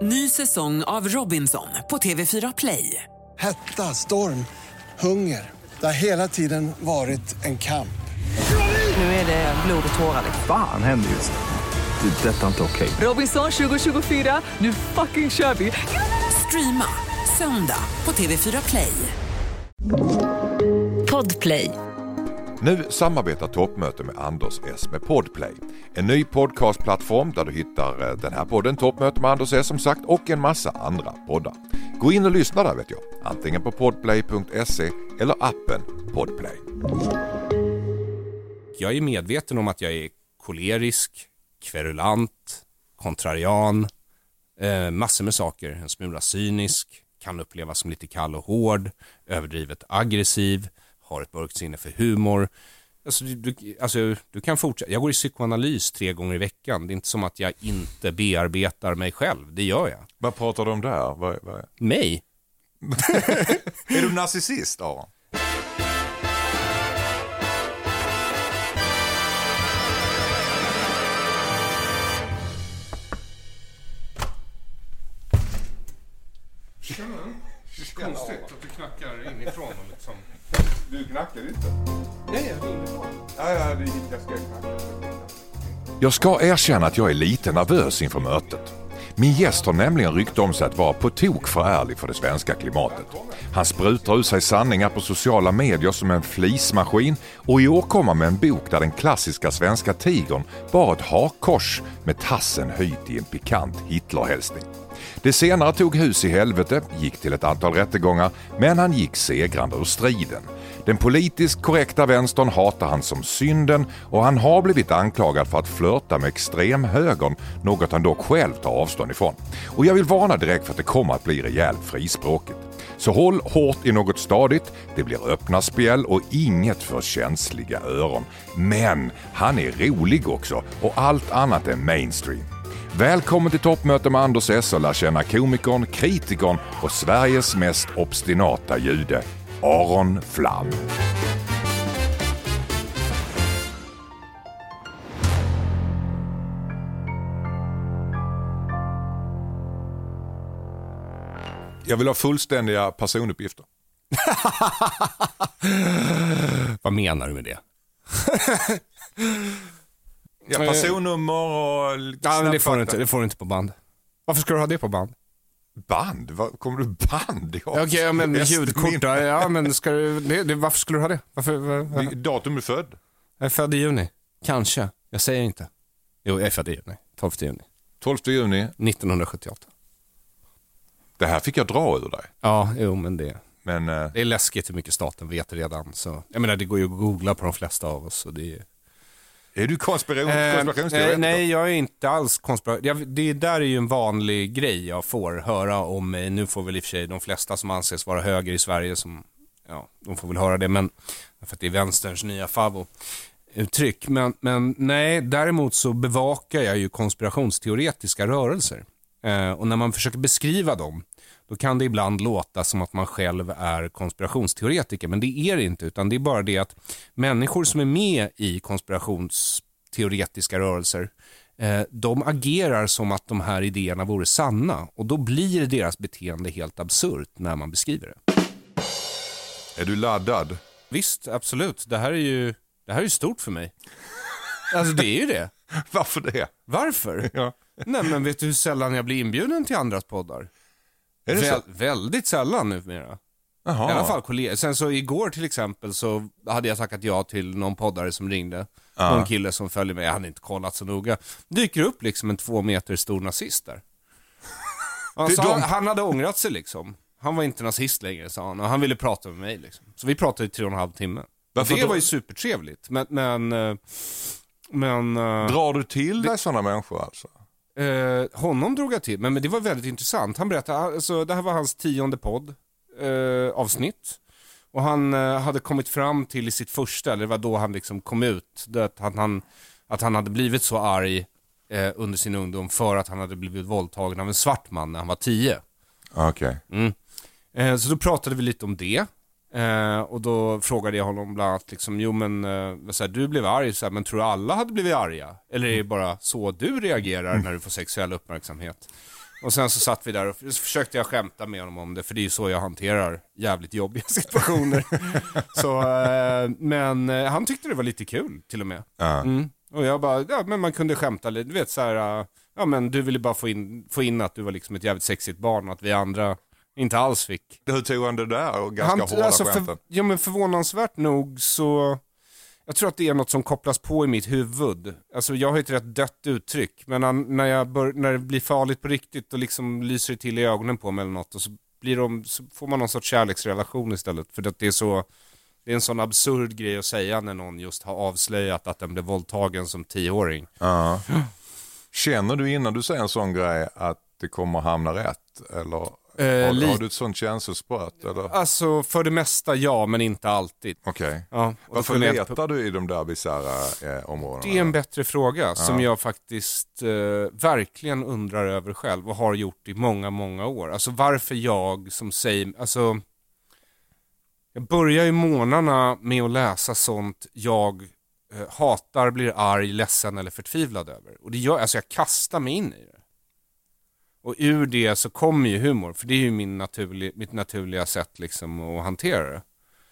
Ny säsong av Robinson på TV4 Play. Hetta, storm, hunger. Det har hela tiden varit en kamp. Nu är det blod och tårar. Fan händer just nu. Det. Detta är inte okej. Robinson 2024, nu fucking kör vi. Streama söndag på TV4 Play. Podplay. Nu samarbetar Toppmöte med Anders S med Podplay. En ny podcastplattform där du hittar den här podden Toppmöte med Anders S som sagt och en massa andra poddar. Gå in och lyssna där vet jag. Antingen på podplay.se eller appen Podplay. Jag är medveten om att jag är kolerisk, kverulant, kontrarian, massor med saker. En smula cynisk, kan upplevas som lite kall och hård, överdrivet aggressiv, har ett mörkt sinne för humor. Du kan fortsätta. Jag går i psykoanalys 3 gånger i veckan. Det är inte som att jag inte bearbetar mig själv. Det gör jag. Vad pratar du om där? Vad Mig? Är du narcissist då? Konstigt att du knackar inifrån och liksom. Du knackar inte. Nej, jag är inifrån. Ja, det gick jag ska knacka. Jag ska erkänna att jag är lite nervös inför mötet. Min gäst har nämligen rykte om sig att vara på tok för ärlig för det svenska klimatet. Han sprutar ut sig sanningar på sociala medier som en flismaskin och i år kommer med en bok där den klassiska svenska tigern bar ett hakkors med tassen höjt i en pikant Hitlerhälsning. Det senare tog hus i helvete, gick till ett antal rättegångar, men han gick segrande ur striden. Den politiskt korrekta vänstern hatar han som synden och han har blivit anklagad för att flirta med extremhögern, något han dock själv tar avstånd ifrån. Och jag vill varna direkt för att det kommer att bli rejält frispråkigt. Så håll hårt i något stadigt, det blir öppna spjäll och inget för känsliga öron. Men han är rolig också och allt annat än mainstream. Välkommen till Toppmöte med Anders S och lär känna komikern, kritikern och Sveriges mest obstinata jude, Aron Flam. Jag vill ha fullständiga personuppgifter. Vad menar du med det? Ja, personnummer och... Ja, men det får du inte på band. Varför ska du ha det på band? Band? Kommer du band? Okej, ja, men ljudkort. Ja, men ska du, varför skulle du ha det? Varför? Datum är född? Jag är född i juni. Kanske. Jag säger inte. Jo, jag är född i juni. 12 juni. 12 juni? 1978. Det här fick jag dra ur dig. Ja, jo, men det... Men, det är läskigt hur mycket staten vet redan. Så, jag menar, det går ju att googla på de flesta av oss. Och det är du konspirationsteoretiker? Nej, jag är inte alls konspirationsteoretiker. Det där är ju en vanlig grej jag får höra om mig. Nu får väl i och för sig de flesta som anses vara höger i Sverige som, ja, de får väl höra det. Men för att det är vänsterns nya favorittuttryck. Men nej, däremot så bevakar jag ju konspirationsteoretiska rörelser. Och när man försöker beskriva dem, då kan det ibland låta som att man själv är konspirationsteoretiker. Men det är det inte, utan det är bara det att människor som är med i konspirationsteoretiska rörelser, de agerar som att de här idéerna vore sanna. Och då blir deras beteende helt absurt när man beskriver det. Är du laddad? Visst, absolut. Det här är ju stort för mig. Alltså det är ju det. Varför det? Varför? Ja. Nej, men vet du hur sällan jag blir inbjuden till andras poddar? Är det så? Väldigt sällan numera. Jaha. I alla fall kollegor. Sen så igår till exempel så hade jag tackat ja till någon poddare som ringde. Någon kille som följer mig, jag hade inte kollat så noga. Dyker upp liksom en 2 meter stor nazist där. Alltså, han hade ångrat sig liksom. Han var inte nazist längre, sa han. Och han ville prata med mig liksom. Så vi pratade i 3,5 timmar. Det var ju supertrevligt. Men drar du till dig sådana människor alltså? Honom drog jag till, men det var väldigt intressant. Han berättade, alltså, det här var hans 10:e podd avsnitt. Och han hade kommit fram till i sitt första, eller det var då han liksom kom ut, att han hade blivit så arg under sin ungdom för att han hade blivit våldtagen av en svart man när han var 10. Okej. Så då pratade vi lite om det. Och då frågade jag honom bland annat liksom, jo men så här, du blev arg så här, men tror du alla hade blivit arga? Eller är det bara så du reagerar när du får sexuell uppmärksamhet? Och sen så satt vi där och försökte jag skämta med honom om det, för det är ju så jag hanterar jävligt jobbiga situationer. Så, men han tyckte det var lite kul till och med. Och jag bara, ja men man kunde skämta lite, du vet så här, ja men du ville bara få in att du var liksom ett jävligt sexigt barn och att vi andra inte alls fick. Hur tog han det där och ganska hårda skämten? Ja men förvånansvärt nog så, jag tror att det är något som kopplas på i mitt huvud. Alltså jag har ett rätt dött uttryck, men när det blir farligt på riktigt och liksom lyser till i ögonen på mig eller något, och så får man någon sorts kärleksrelation istället, för att det är en sån absurd grej att säga när någon just har avslöjat att den blev våldtagen som 10-åring. Känner du innan du säger en sån grej att det kommer hamna rätt? Eller har du ett sånt känselspröt? Eller? Alltså för det mesta ja, men inte alltid. Okej. Ja, varför letar du i de där bizarra områdena? Det är en bättre fråga som jag faktiskt verkligen undrar över själv och har gjort i många, många år. Alltså varför jag som säger... Alltså, jag börjar ju månaderna med att läsa sånt jag hatar, blir arg, ledsen eller förtvivlad över. Och det gör, alltså jag kastar mig in i det. Och ur det så kommer ju humor, för det är ju mitt naturliga sätt liksom att hantera det.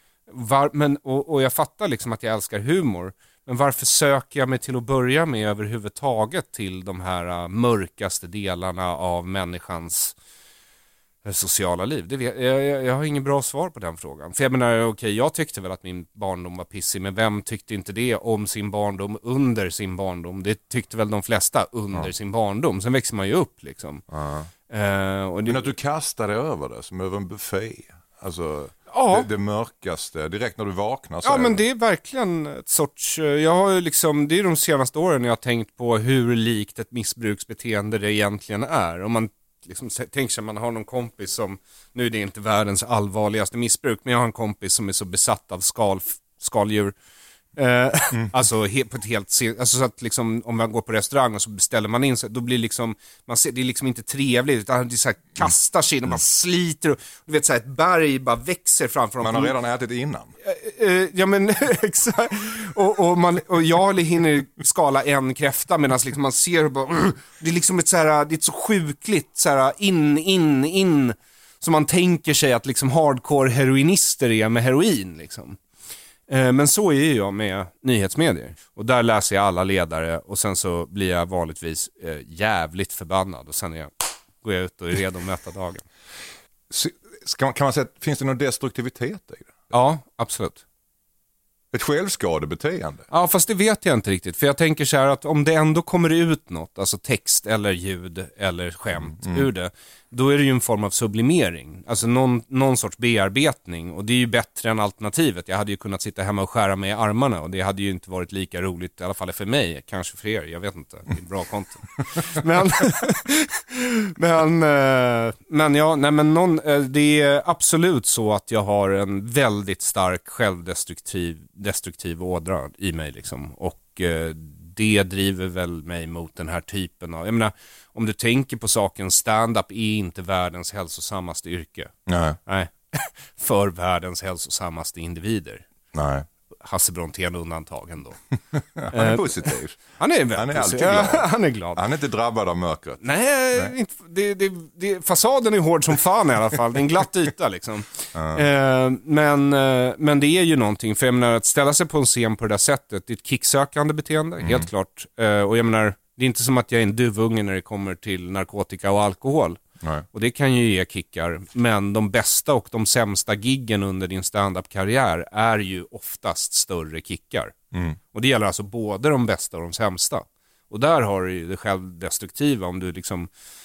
Och jag fattar liksom att jag älskar humor, men varför söker jag mig till att börja med överhuvudtaget till de här mörkaste delarna av människans sociala liv? Jag har ingen bra svar på den frågan. För jag menar, jag tyckte väl att min barndom var pissig, men vem tyckte inte det om sin barndom under sin barndom? Det tyckte väl de flesta under sin barndom. Sen växer man ju upp liksom. Men att du kastade över det som över en buffé. Alltså det mörkaste, direkt när du vaknar. Ja, men det är verkligen ett sorts... Jag har ju liksom, det är de senaste åren jag har tänkt på hur likt ett missbruksbeteende det egentligen är. Om man liksom, tänk sig man har någon kompis som, nu är det inte världens allvarligaste missbruk, men jag har en kompis som är så besatt av skaldjur. Alltså på ett helt, alltså så att liksom, om man går på restaurang och så beställer man in, så då blir liksom, man ser, det är liksom inte trevligt, utan det är så här, kastar sig in och bara sliter, och du vet så här, ett berg bara växer framför dem. Man har redan ätit innan. Ja men exakt. Och jag hinner skala en kräfta medan liksom man ser och bara, det är liksom ett så här, det är ett så sjukligt så här, in som man tänker sig att liksom hardcore heroinister är med heroin liksom. Men så är jag med nyhetsmedier. Och där läser jag alla ledare, och sen så blir jag vanligtvis jävligt förbannad, och sen går jag ut och är redo att möta dagen. Kan man säga, finns det någon destruktivitet i det? Ja, absolut. Ett självskadebeteende? Ja, fast det vet jag inte riktigt. För jag tänker så här att om det ändå kommer ut något, alltså text eller ljud eller skämt ur det, då är det ju en form av sublimering. Alltså någon sorts bearbetning. Och det är ju bättre än alternativet. Jag hade ju kunnat sitta hemma och skära mig i armarna, och det hade ju inte varit lika roligt, i alla fall för mig. Kanske för er, jag vet inte. Det är bra content. Det är absolut så att jag har en väldigt stark självdestruktiv ådra i mig liksom. Och det driver väl mig mot den här typen av, jag menar, om du tänker på saken, stand-up är inte världens hälsosammaste yrke. Nej. För världens hälsosammaste individer. Nej. Hasse Brontén undantagen då. Han är positiv. Han är alltid glad. Han är glad. Han är inte drabbad av mörkret. Nej. Inte, fasaden är hård som fan i alla fall. Det är en glatt yta liksom. Men det är ju någonting. För jag menar, att ställa sig på en scen på det där sättet, det är ett kicksökande beteende, helt klart. Och jag menar, det är inte som att jag är en duvunge när det kommer till narkotika och alkohol. Nej. Och det kan ju ge kickar. Men de bästa och de sämsta giggen under din stand-up-karriär är ju oftast större kickar. Och det gäller alltså både de bästa och de sämsta. Och där har du ju det självdestruktiva, om du liksom,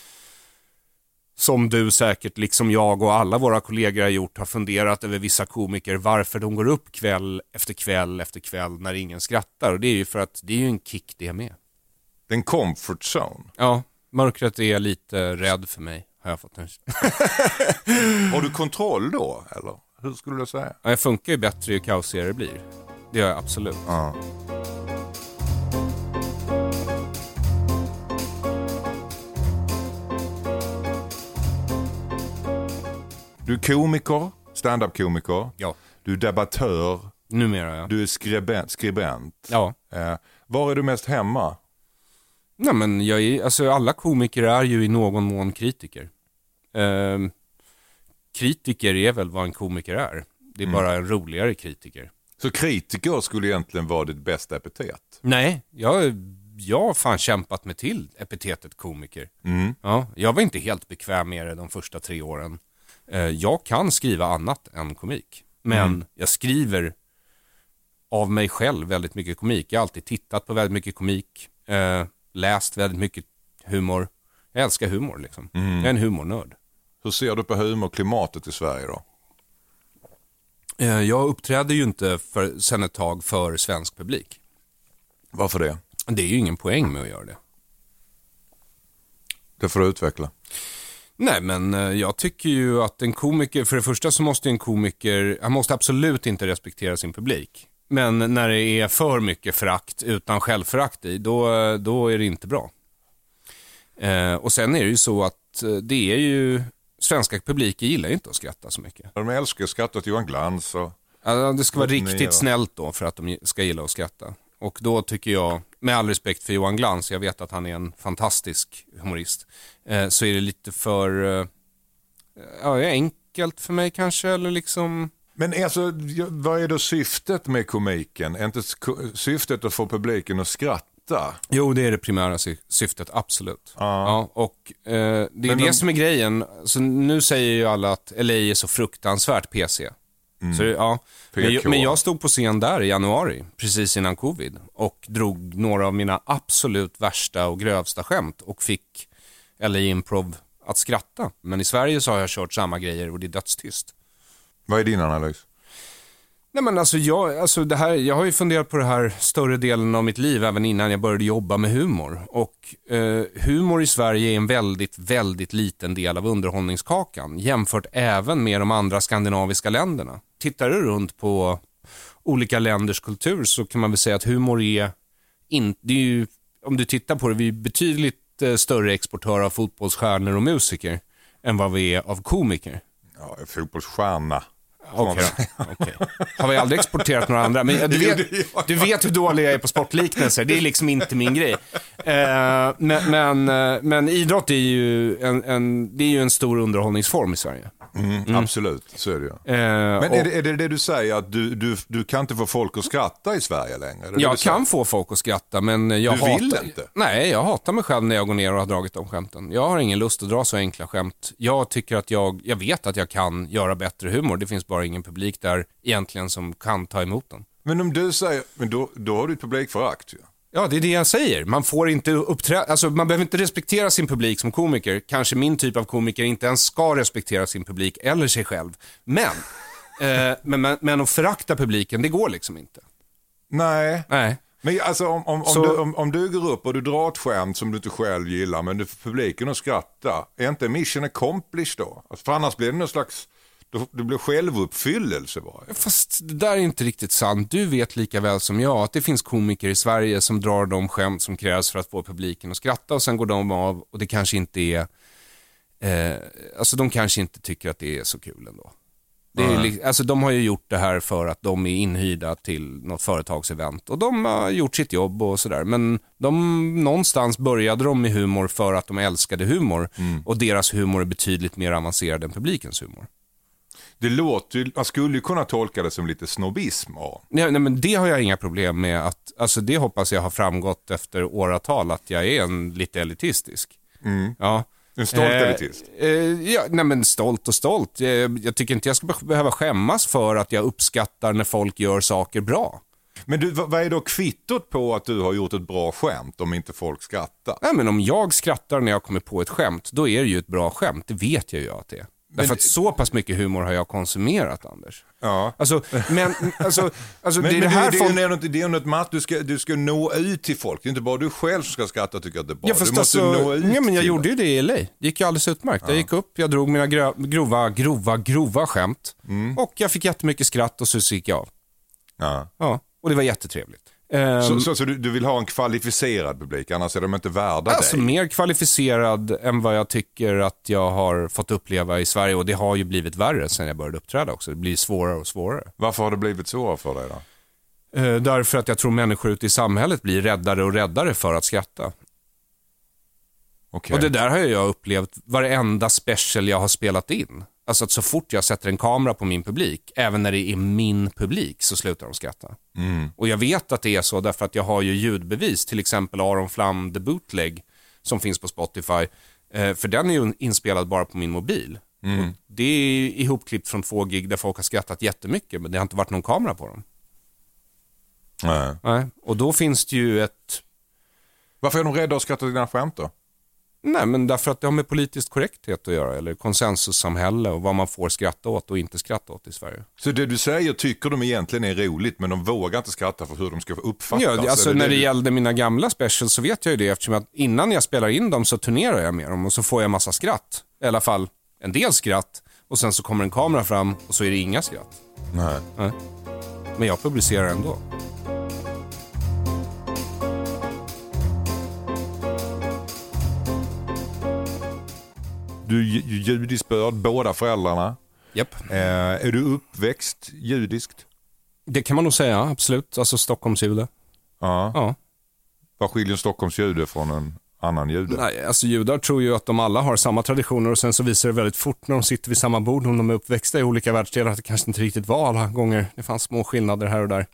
som du säkert liksom jag och alla våra kollegor har gjort, har funderat över vissa komiker, varför de går upp kväll efter kväll efter kväll när ingen skrattar. Och det är ju för att det är ju en kick det med. Det är en comfort zone. Ja, mörkret är lite rädd för mig, har jag fått en... Har du kontroll då, eller? Hur skulle du säga? Ja, jag funkar ju bättre ju kaosigare det blir. Det gör jag absolut. Ja. Du är komiker, stand-up-komiker. Ja. Du är debattör. Numera, ja. Du är skribent. Ja. Var är du mest hemma? Nej, men alla komiker är ju i någon mån kritiker. Kritiker är väl vad en komiker är. Det är bara en roligare kritiker. Så kritiker skulle egentligen vara ditt bästa epitet? Nej, jag har fan kämpat mig till epitetet komiker. Ja, jag var inte helt bekväm med det de första 3 åren. Jag kan skriva annat än komik. Men jag skriver av mig själv väldigt mycket komik. Jag har alltid tittat på väldigt mycket komik. Läst väldigt mycket humor. Jag älskar humor liksom. Jag är en humornörd. Hur ser du på humorklimatet i Sverige då? Jag uppträder ju inte sen ett tag för svensk publik. Varför det? Det är ju ingen poäng med att göra det. Det får du utveckla. Nej, men jag tycker ju att en komiker, för det första så måste en komiker, han måste absolut inte respektera sin publik. Men när det är för mycket förakt utan självförakt i, då är det inte bra. Och sen är det ju så att det är ju, svenska publiker gillar ju inte att skratta så mycket. De älskar att skratta till Johan Glans och... Ja, det ska vara riktigt snällt då för att de ska gilla att skratta. Och då tycker jag, med all respekt för Johan Glans, jag vet att han är en fantastisk humorist, så är det lite för enkelt för mig kanske, eller liksom... Men alltså, vad är då syftet med komiken? Är inte syftet att få publiken att skratta? Jo, det är det primära syftet, absolut. Ja, och det är det som är grejen. Så nu säger ju alla att LA är så fruktansvärt PC. Så, ja. Men jag stod på scen där i januari, precis innan covid, och drog några av mina absolut värsta och grövsta skämt och fick LA Improv att skratta. Men i Sverige så har jag kört samma grejer och det är dödstyst. Vad är din analys? Nej, men alltså jag har ju funderat på det här större delen av mitt liv, även innan jag började jobba med humor. Och humor i Sverige är en väldigt, väldigt liten del av underhållningskakan, jämfört även med de andra skandinaviska länderna. Tittar du runt på olika länders kultur så kan man väl säga att humor är ju, om du tittar på det, vi är betydligt större exportörer av fotbollsstjärnor och musiker än vad vi är av komiker. Ja, fotbollsstjärna. Okej. Har vi aldrig exporterat några andra? Men du vet hur dålig jag är på sportliknelser. Det är liksom inte min grej. Men idrott är ju en stor underhållningsform i Sverige. Absolut, så är det ju. Men är det du säger, att du kan inte få folk att skratta i Sverige längre? Jag kan få folk att skratta, men jag vill inte? Nej, jag hatar mig själv när jag går ner och har dragit de skämten. Jag har ingen lust att dra så enkla skämt. Jag tycker att jag vet att jag kan göra bättre humor. Det finns bara ingen publik där egentligen som kan ta emot den. Men om du säger, men då har du ett publikförakt ju. Ja, det är det jag säger. Man får inte man behöver inte respektera sin publik som komiker. Kanske min typ av komiker inte ens ska respektera sin publik eller sig själv. Men att förakta publiken, det går liksom inte. Nej. Men alltså om du går upp och du drar ett skämt som du inte själv gillar, men du får publiken att skratta, är inte mission accomplished då? Alltså, för annars blir det någon slags... Det blir självuppfyllelse bara. Fast det där är inte riktigt sant. Du vet lika väl som jag att det finns komiker i Sverige som drar de skämt som krävs för att få publiken att skratta, och sen går de av och det kanske inte är... de kanske inte tycker att det är så kul ändå. De har ju gjort det här för att de är inhyrda till något företagsevent och de har gjort sitt jobb och sådär. Men någonstans började de med humor för att de älskade humor, och deras humor är betydligt mer avancerad än publikens humor. Det låter, man skulle ju kunna tolka det som lite snobbism. Nej, men det har jag inga problem med. Det hoppas jag har framgått efter åratal att jag är lite elitistisk. Ja. En stolt elitist? Men stolt. Jag tycker inte jag ska behöva skämmas för att jag uppskattar när folk gör saker bra. Men du, vad är då kvittot på att du har gjort ett bra skämt om inte folk skrattar? Nej, men om jag skrattar när jag kommer på ett skämt, då är det ju ett bra skämt. Det vet jag ju att det är. Därför att så pass mycket humor har jag konsumerat, Anders. Ja. Det är ju något matt, du ska nå ut till folk. Det är inte bara du själv som ska skratta och tycka att det är bra. Ja, fast du måste nå ut. Ja, men jag gjorde ju det i LA. Det gick ju alldeles utmärkt. Jag gick upp, jag drog mina grova skämt. Och jag fick jättemycket skratt och så gick jag av. Ja, och det var jättetrevligt. Så du vill ha en kvalificerad publik, annars är de inte värda dig? Mer kvalificerad än vad jag tycker att jag har fått uppleva i Sverige, och det har ju blivit värre sen jag började uppträda också. Det blir svårare och svårare. Varför har det blivit svårare för dig då? Därför att jag tror människor ute i samhället blir räddare och räddare för att skratta. Okay. Och det där har jag upplevt varenda special jag har spelat in. Alltså att så fort jag sätter en kamera på min publik, även när det är min publik, så slutar de skratta. Och jag vet att det är så därför att jag har ju ljudbevis, till exempel Aron Flam The Bootleg som finns på Spotify. För den är ju inspelad bara på min mobil. Och det är ihopklippt från 2 gig där folk har skrattat jättemycket, men det har inte varit någon kamera på dem. Nej. Och då finns det ju ett... Varför är de rädda att skratta dina skämt då? Nej, men därför att det har med politisk korrekthet att göra, eller konsensussamhälle och vad man får skratta åt och inte skratta åt i Sverige. Så det du säger tycker de egentligen är roligt, men de vågar inte skratta för hur de ska uppfattas? Ja, alltså när det gällde mina gamla specials så vet jag ju det, eftersom att innan jag spelar in dem så turnerar jag med dem och så får jag massa skratt. I alla fall en del skratt, och sen så kommer en kamera fram och så är det inga skratt. Nej. Men jag publicerar ändå. Du är judisk börd, båda föräldrarna. Japp. Är du uppväxt judiskt? Det kan man nog säga, absolut. Alltså Stockholmsjude. Ja. Vad skiljer Stockholms jude från en annan jude? Nej, alltså judar tror ju att de alla har samma traditioner, och sen så visar det väldigt fort när de sitter vid samma bord, om de är uppväxta i olika världsdelar, att det kanske inte riktigt var alla gånger. Det fanns små skillnader här och där.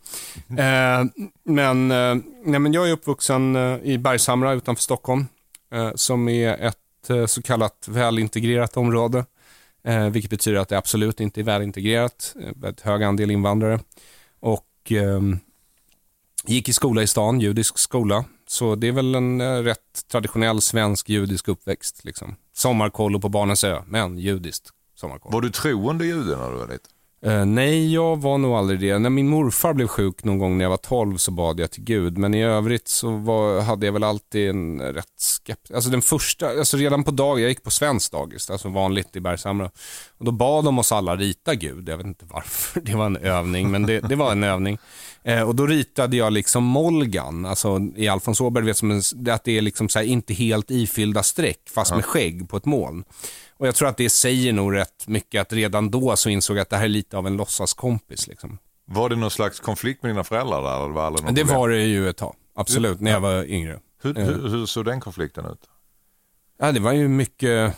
Men jag är uppvuxen i Bergshamra utanför Stockholm, som är ett så kallat välintegrerat område, vilket betyder att det absolut inte är välintegrerat, väldigt hög andel invandrare, och gick i skola i stan, judisk skola, så det är väl en rätt traditionell svensk judisk uppväxt liksom. Sommarkollo på Barnens ö, men judiskt sommarkollo. Var du troende jude när du var lite? Nej, jag var nog aldrig det. När min morfar blev sjuk någon gång när jag var 12 så bad jag till Gud. Men i övrigt så hade jag väl alltid en rätt skeptisk... Alltså den första, alltså redan på dag, jag gick på svensk dagis, alltså vanligt i Bergshamra. Och då bad de oss alla rita Gud. Jag vet inte varför, det var en övning, men det var en övning. Och då ritade jag liksom Molgan, alltså i Alfons Åberg, vet som att det är liksom så här, inte helt ifyllda streck, fast med skägg på ett moln. Och jag tror att det säger nog rätt mycket, att redan då så insåg jag att det här är lite av en låtsaskompis liksom. Var det någon slags konflikt med dina föräldrar där? Eller var det var det ju ett tag, absolut, när jag var yngre. Hur såg den konflikten ut? Ja, det var ju mycket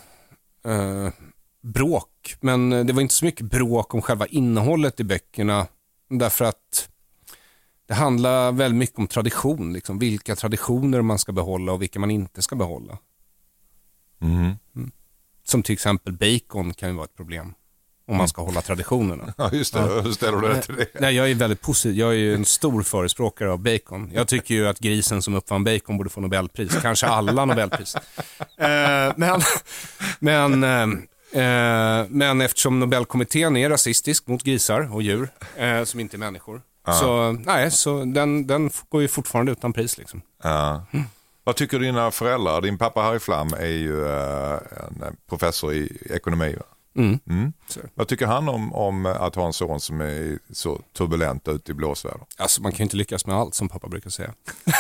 bråk, men det var inte så mycket bråk om själva innehållet i böckerna, därför att det handlar väldigt mycket om tradition, liksom. Vilka traditioner man ska behålla och vilka man inte ska behålla. Som till exempel bacon kan ju vara ett problem om man ska hålla traditionerna. Ja, just det. Hur ställer du det till det? Nej, jag är väldigt positiv. Jag är ju en stor förespråkare av bacon. Jag tycker ju att grisen som uppfann bacon borde få Nobelpris. Kanske alla Nobelpris. Men eftersom Nobelkommittén är rasistisk mot grisar och djur som inte är människor. Så den går ju fortfarande utan pris liksom. Vad tycker dina föräldrar? Din pappa Harry Flam är ju en professor i ekonomi. Vad tycker han om att ha en son som är så turbulent ute i blåsväder? Alltså man kan ju inte lyckas med allt, som pappa brukar säga.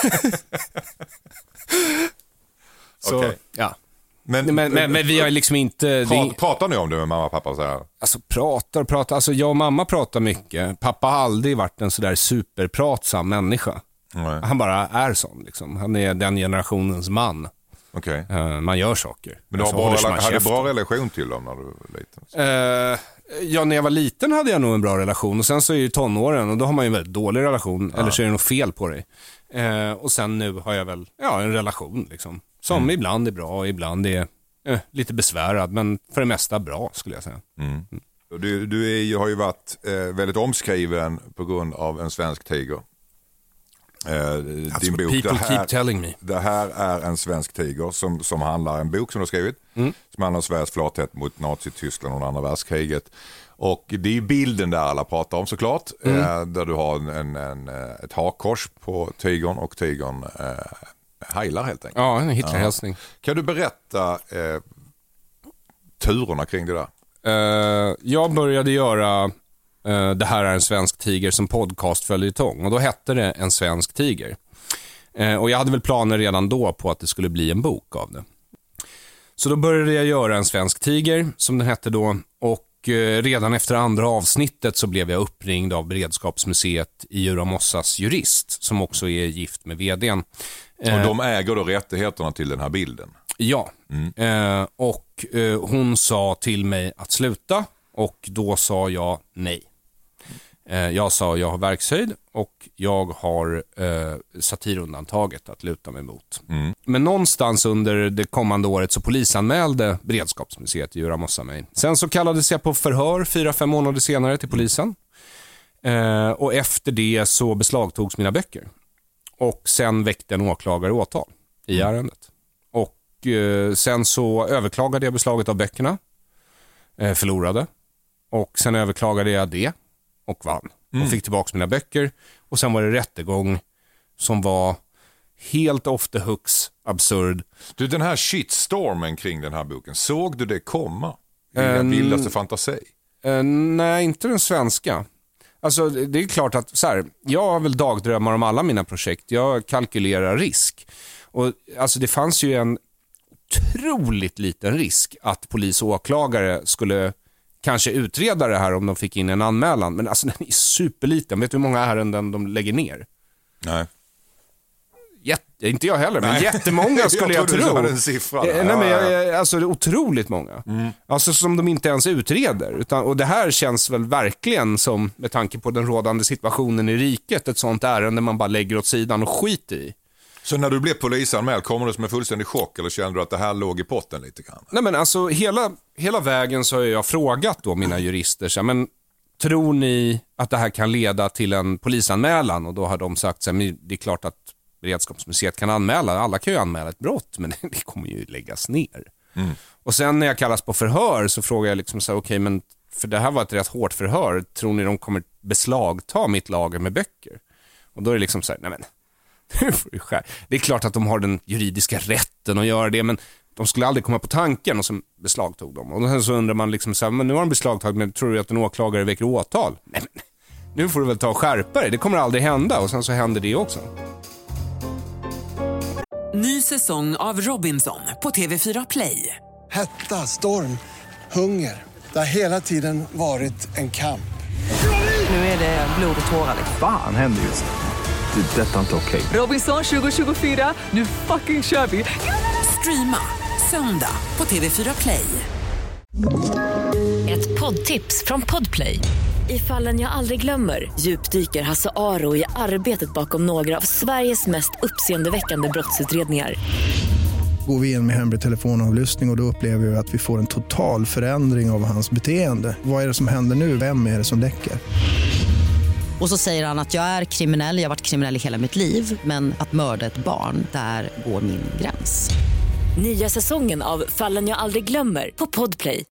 Så, okay. Ja. Men vi har liksom inte... Pratar ni om det med mamma och pappa? Så här? Alltså pratar. Alltså jag och mamma pratar mycket. Pappa har aldrig varit en sådär superpratsam människa. Nej. Han bara är sån liksom. Han är den generationens man. Okay. Man gör saker. Men du hade bra relation till dem när du var liten? Ja, när jag var liten hade jag nog en bra relation. Och sen så är det tonåren och då har man ju en väldigt dålig relation. Eller så är det nog fel på dig. Och sen nu har jag väl en relation liksom. Som ibland är bra och ibland är lite besvärad. Men för det mesta bra skulle jag säga. Du har ju varit väldigt omskriven på grund av en svensk tiger. Din bok, det här är en svensk tiger som handlar en bok som du har skrivit som handlar om Sveriges flathet mot Nazityskland och andra världskriget, och det är bilden där alla pratar om såklart, där du har ett hakkors på tigern och tigern heilar helt enkelt. Ja, en Hitlerhälsning. Kan du berätta turerna kring det där? Jag började göra Det här är en svensk tiger som podcastföljetong, och då hette det En svensk tiger. Och jag hade väl planer redan då på att det skulle bli en bok av det. Så då började jag göra En svensk tiger, som den hette då, och redan efter andra avsnittet så blev jag uppringd av Beredskapsmuseet i Djura Mossas jurist, som också är gift med vdn. Och de äger då rättigheterna till den här bilden? Ja, och hon sa till mig att sluta och då sa jag nej. Jag sa jag har verkshöjd och jag har satirundantaget att luta mig mot. Men någonstans under det kommande året så polisanmälde Beredskapsmuseet i Djuramossa mig. Sen så kallades jag på förhör 4-5 månader senare till polisen. Och efter det så beslagtogs mina böcker. Och sen väckte en åklagare åtal i ärendet. Och sen så överklagade jag beslaget av böckerna. Förlorade. Och sen överklagade jag det. Och vann. Och fick tillbaka mina böcker. Och sen var det rättegång som var helt off the hooks absurd. Du, den här shitstormen kring den här boken, såg du det komma? I den vildaste fantasi? Nej, inte den svenska. Alltså det är klart att så här, jag har väl dagdrömmar om alla mina projekt. Jag kalkylerar risk. Och alltså det fanns ju en otroligt liten risk att polis och åklagare skulle kanske utreda det här om de fick in en anmälan. Men alltså den är superliten. Vet du hur många ärenden de lägger ner? Nej. Inte jag heller, men jättemånga skulle jag tro. En siffra. Nej, men alltså det är otroligt många. Alltså som de inte ens utreder. Och det här känns väl verkligen som, med tanke på den rådande situationen i riket, ett sånt ärende man bara lägger åt sidan och skiter i. Så när du blev polisanmäld, kommer du som en fullständig chock eller kände du att det här låg i potten lite grann? Nej men alltså hela vägen så har jag frågat då mina jurister så här, men tror ni att det här kan leda till en polisanmälan? Och då har de sagt så här, men det är klart att Beredskapsmuseet kan anmäla, alla kan ju anmäla ett brott, men det kommer ju läggas ner. Och sen när jag kallas på förhör så frågar jag liksom så här, okej, men för det här var ett rätt hårt förhör, tror ni de kommer beslagta mitt lager med böcker? Och då är det liksom så här, nej men det är klart att de har den juridiska rätten att göra det, men de skulle aldrig komma på tanken och så beslagtog dem. Och sen så undrar man liksom så här, men nu har de beslagtagit, men tror du att en åklagare väcker åtal? Nej men, nu får du väl ta och skärpa dig, det kommer aldrig hända. Och sen så händer det också. Ny säsong av Robinson på TV4 Play. Hetta, storm, hunger. Det har hela tiden varit en kamp. Nu är det blod och tårar. Fan händer just det. Det är detta inte okej. Robinson 2024, nu fucking kör vi. Streama söndag på TV4 Play. Ett poddtips från Podplay. I Fallen jag aldrig glömmer djupdyker Hasse Aro i arbetet bakom några av Sveriges mest uppseendeväckande brottsutredningar. Går vi in med hemlig telefonavlyssning och då upplever vi att vi får en total förändring av hans beteende. Vad är det som händer nu? Vem är det som läcker? Och så säger han att jag är kriminell, jag har varit kriminell i hela mitt liv. Men att mörda ett barn, där går min gräns. Nya säsongen av Fallen jag aldrig glömmer på Podplay.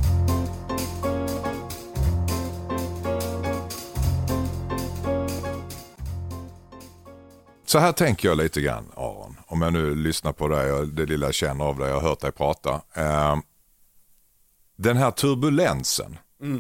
Så här tänker jag lite grann, Aron. Om jag nu lyssnar på dig och det lilla jag känner av dig, jag har hört dig prata. Den här turbulensen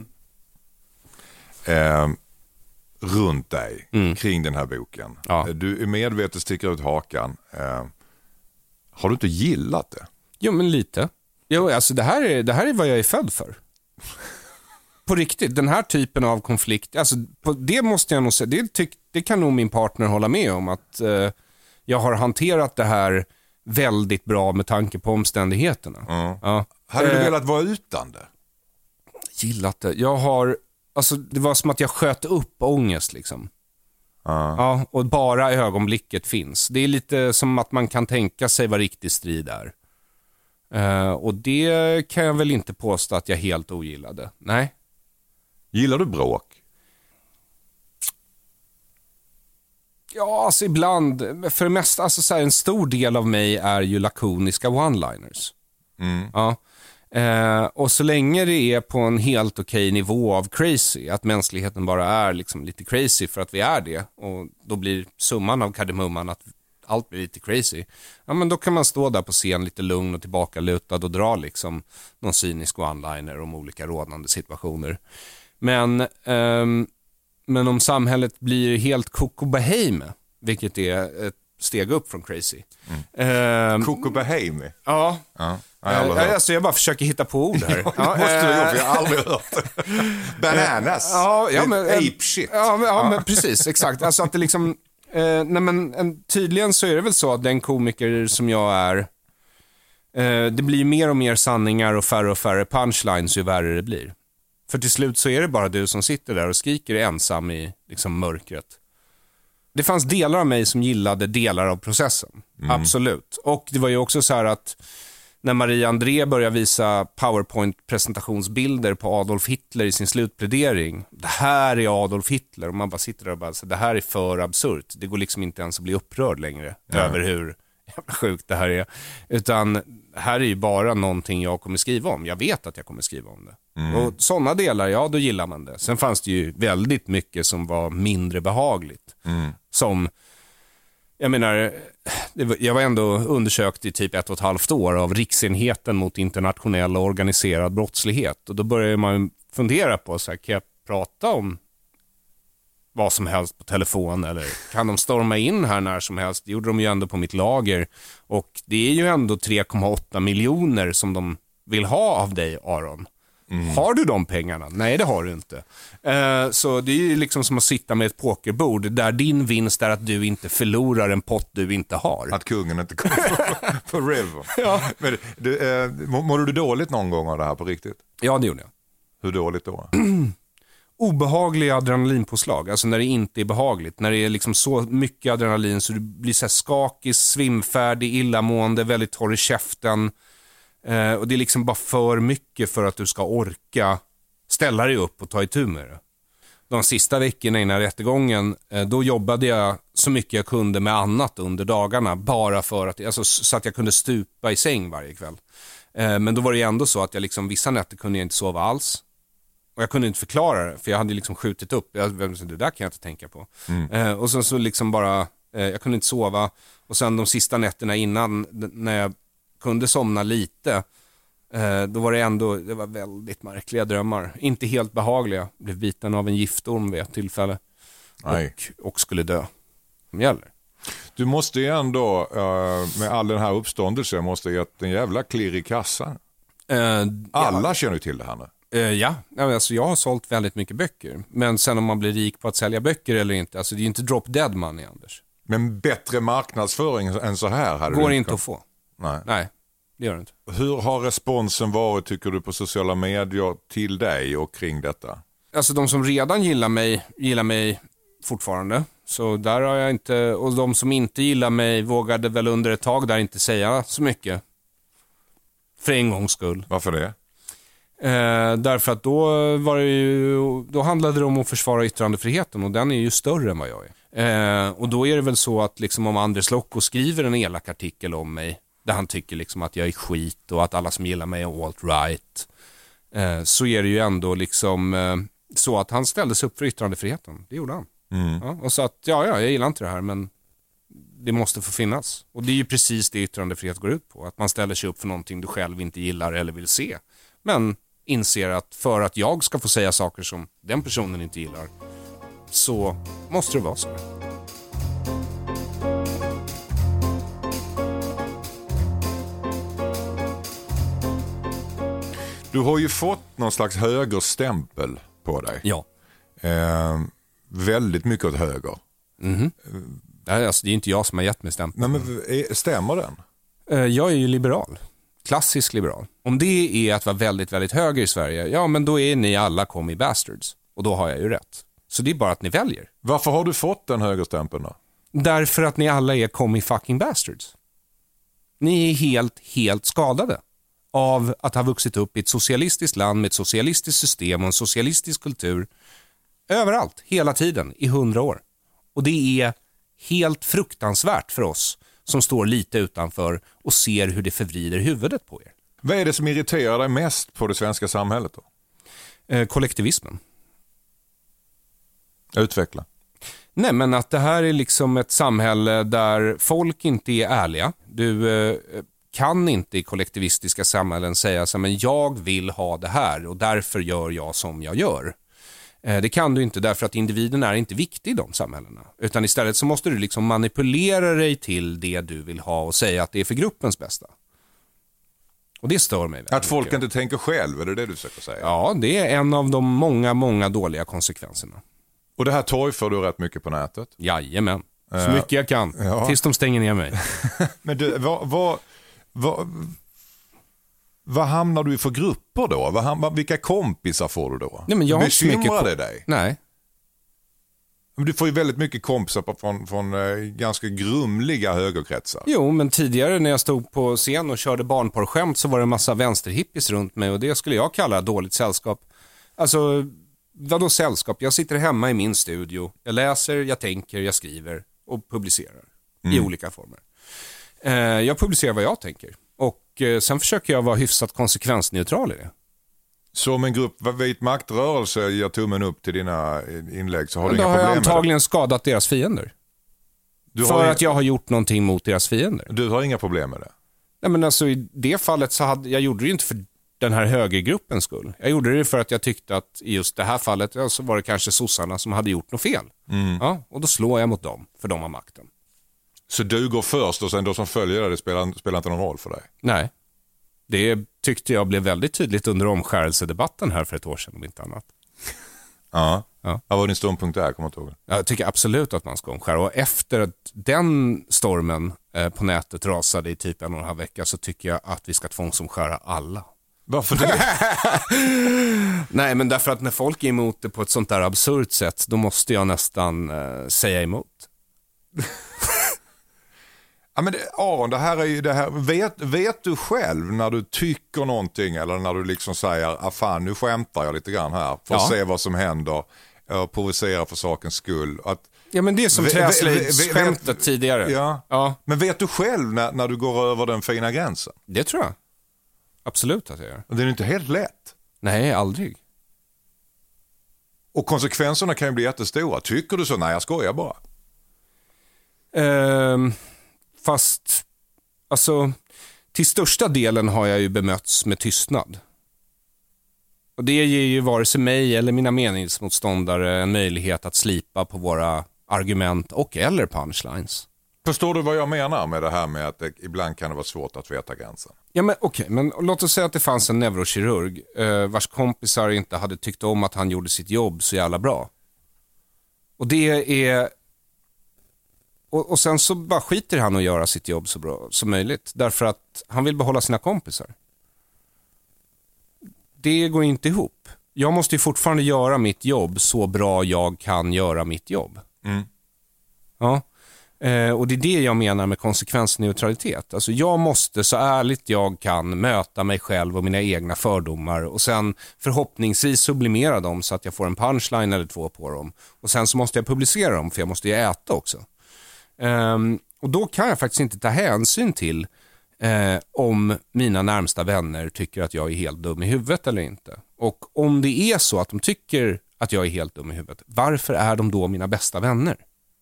runt dig kring den här boken. Ja. Du är medvetet sticker ut hakan. Har du inte gillat det? Jo, men lite. Jo, alltså det här är vad jag är född för. På riktigt, den här typen av konflikt, alltså det måste jag nog säga, det kan nog min partner hålla med om, att jag har hanterat det här väldigt bra med tanke på omständigheterna. Ja. Hade du velat vara utan det? Gillat det. Alltså det var som att jag sköt upp ångest liksom. Ja, och bara ögonblicket finns. Det är lite som att man kan tänka sig vad riktig strid är. Och det kan jag väl inte påstå att jag helt ogillade. Nej. Gillar du bråk? Ja, alltså ibland. För det mesta, alltså så här, en stor del av mig är ju lakoniska one-liners. Ja. Och så länge det är på en helt okej nivå av crazy, att mänskligheten bara är liksom lite crazy för att vi är det, och då blir summan av kardemumman att allt blir lite crazy. Ja, men då kan man stå där på scen lite lugn och tillbakalutad och dra liksom någon cynisk one-liner om olika rådande situationer. Men om samhället blir helt Coco Bahame, vilket är ett steg upp från crazy. Coco Bahame? Ja. Alltså jag bara försöker hitta på ord här. Ja, det måste du göra, för jag har aldrig hört det. Bananas. Ja, men ape shit. Ja, men precis, exakt. Alltså att det liksom tydligen så är det väl så att den komiker som jag är, Det blir mer och mer sanningar och färre punchlines ju värre det blir. För till slut så är det bara du som sitter där och skriker ensam i liksom mörkret. Det fanns delar av mig som gillade delar av processen. Absolut. Och det var ju också så här att när Maria André började visa PowerPoint-presentationsbilder på Adolf Hitler i sin slutplädering. Det här är Adolf Hitler. Och man bara sitter där och bara, så det här är för absurt. Det går liksom inte ens att bli upprörd längre över hur jävla sjukt det här är. Utan här är ju bara någonting jag kommer skriva om. Jag vet att jag kommer skriva om det. Och sådana delar, ja, då gillar man det. Sen fanns det ju väldigt mycket som var mindre behagligt. Som, jag menar, jag var ändå undersökt i typ 1,5 år av Riksenheten mot internationell och organiserad brottslighet. Och då börjar man fundera på, så här, kan jag prata om vad som helst på telefon, eller kan de storma in här när som helst? Det gjorde de ju ändå på mitt lager. Och det är ju ändå 3,8 miljoner som de vill ha av dig, Aron. Har du de pengarna? Nej, det har du inte. Så det är ju liksom som att sitta med ett pokerbord där din vinst är att du inte förlorar en pott du inte har. Att kungen inte kommer på River. Ja. Men, mådde du dåligt någon gång av det här på riktigt? Ja, det gjorde jag. Hur dåligt då? Obehagliga adrenalinpåslag, alltså när det inte är behagligt, när det är liksom så mycket adrenalin så du blir så här skakig, svimfärdig, illamående, väldigt torr i käften, och det är liksom bara för mycket för att du ska orka ställa dig upp och ta itu med det. De sista veckorna innan rättegången, då jobbade jag så mycket jag kunde med annat under dagarna, bara för att, alltså, så att jag kunde stupa i säng varje kväll. Men då var det ju ändå så att jag liksom, vissa nätter kunde jag inte sova alls. Och jag kunde inte förklara det, för jag hade liksom skjutit upp. Det där kan jag inte tänka på. Och så liksom bara, jag kunde inte sova. Och sen de sista nätterna innan, när jag kunde somna lite, då var det var väldigt märkliga drömmar. Inte helt behagliga. Jag blev biten av en giftorm vid ett tillfälle. Och skulle dö. Som gäller. Du måste ju ändå, med all den här uppståndelsen, måste gett en jävla klirr i kassan. Alla känner ju till det här nu. Ja, alltså jag har sålt väldigt mycket böcker. Men sen om man blir rik på att sälja böcker eller inte, alltså det är ju inte drop dead money, Anders. Men bättre marknadsföring än så här hade går du inte att få. Nej, det gör det inte. Hur har responsen varit, tycker du, på sociala medier till dig och kring detta? Alltså de som redan gillar mig fortfarande. Så där har jag inte, och de som inte gillar mig vågade väl under ett tag där inte säga så mycket. För en gångs skull. Varför det? Därför att då handlade det om att försvara yttrandefriheten, och den är ju större än vad jag är. Och då är det väl så att liksom, om Anders Lokko skriver en elak artikel om mig där han tycker liksom att jag är skit och att alla som gillar mig är alt-right, så är det ju ändå liksom så att han ställde sig upp för yttrandefriheten. Det gjorde han. Ja, och så att jag gillar inte det här, men det måste få finnas. Och det är ju precis det yttrandefrihet går ut på, att man ställer sig upp för någonting du själv inte gillar eller vill se, men inser att för att jag ska få säga saker som den personen inte gillar, så måste det vara så. Du har ju fått någon slags högerstämpel på dig. Ja. Väldigt mycket åt höger. Alltså, det är inte jag som har gett mig stämpeln. Men stämmer den? Jag är ju liberal. Klassisk liberal. Om det är att vara väldigt, väldigt höger i Sverige, ja, men då är ni alla commie bastards. Och då har jag ju rätt. Så det är bara att ni väljer. Varför har du fått den högerstämpeln då? Därför att ni alla är commie fucking bastards. Ni är helt skadade av att ha vuxit upp i ett socialistiskt land med ett socialistiskt system och en socialistisk kultur överallt, hela tiden, i 100 år. Och det är helt fruktansvärt för oss som står lite utanför och ser hur det förvrider huvudet på er. Vad är det som irriterar dig mest på det svenska samhället då? Kollektivismen. Utveckla. Nej, men att det här är liksom ett samhälle där folk inte är ärliga. Du kan inte i kollektivistiska samhällen säga så här, men jag vill ha det här och därför gör jag som jag gör. Det kan du inte, därför att individen är inte viktig i de samhällena. Utan istället så måste du liksom manipulera dig till det du vill ha och säga att det är för gruppens bästa. Och det stör mig väldigt Att folk mycket. inte tänker själv, är det du försöker säga? Ja, det är en av de många dåliga konsekvenserna. Och det här torgför du rätt mycket på nätet? Jajamän, så mycket jag kan. Ja. Tills de stänger ner mig. Men du, vad hamnar du i för grupper då? Vilka kompisar får du då? Nej, men jag har inte så mycket bekymrar det dig? Nej. Men du får ju väldigt mycket kompisar från ganska grumliga högerkretsar. Jo, men tidigare när jag stod på scen och körde barnporrskämt så var det en massa vänsterhippies runt mig och det skulle jag kalla dåligt sällskap. Alltså, vadå sällskap? Jag sitter hemma i min studio, jag läser, jag tänker, jag skriver och publicerar i olika former. Jag publicerar vad jag tänker och sen försöker jag vara hyfsat konsekvensneutral i det. Så om en grupp vit maktrörelse ger tummen upp till dina inlägg så har du inga problem med det? Då har jag antagligen skadat deras fiender. För att jag har gjort någonting mot deras fiender. Du har inga problem med det? Nej, men alltså i det fallet så jag gjorde det ju inte för den här högergruppens skull. Jag gjorde det för att jag tyckte att i just det här fallet så var det kanske sossarna som hade gjort något fel. Ja, och då slår jag mot dem, för de har makten. Så du går först och sen de som följer det spelar inte någon roll för dig? Nej. Det tyckte jag blev väldigt tydligt under omskärelsedebatten här för ett år sedan, om inte annat. Ja. Vad var din ståndpunkt där? Kommer jag ihåg. Jag tycker absolut att man ska omskära. Och efter att den stormen på nätet rasade i typ 1,5 vecka så tycker jag att vi ska tvångsomskära alla. Varför det? Nej, men därför att när folk är emot det på ett sånt där absurt sätt, då måste jag nästan säga emot. Ja, men Aron, det här är ju det här. Vet du själv när du tycker någonting eller när du liksom säger, fan nu skämtar jag lite grann här för att se vad som händer och provocera för sakens skull. Ja, men det är som träslöjdsskämtet tidigare. Ja. Men vet du själv när du går över den fina gränsen? Det tror jag. Absolut att jag gör. Och det är inte helt lätt. Nej, aldrig. Och konsekvenserna kan ju bli jättestora. Tycker du så? Nej, jag skojar bara. Fast, alltså, till största delen har jag ju bemötts med tystnad. Och det ger ju vare sig mig eller mina meningsmotståndare en möjlighet att slipa på våra argument och eller punchlines. Förstår du vad jag menar med det här med att det ibland kan det vara svårt att veta gränsen? Ja, men okej, men låt oss säga att det fanns en neurokirurg vars kompisar inte hade tyckt om att han gjorde sitt jobb så jävla bra. Och det är... Och sen så bara skiter han att göra sitt jobb så bra som möjligt. Därför att han vill behålla sina kompisar. Det går inte ihop. Jag måste ju fortfarande göra mitt jobb så bra jag kan göra mitt jobb. Ja. Och det är det jag menar med konsekvensneutralitet. Alltså jag måste så ärligt jag kan möta mig själv och mina egna fördomar och sen förhoppningsvis sublimera dem så att jag får en punchline eller 2 på dem. Och sen så måste jag publicera dem för jag måste ju äta också. Och då kan jag faktiskt inte ta hänsyn till om mina närmsta vänner tycker att jag är helt dum i huvudet eller inte. Och om det är så att de tycker att jag är helt dum i huvudet, varför är de då mina bästa vänner?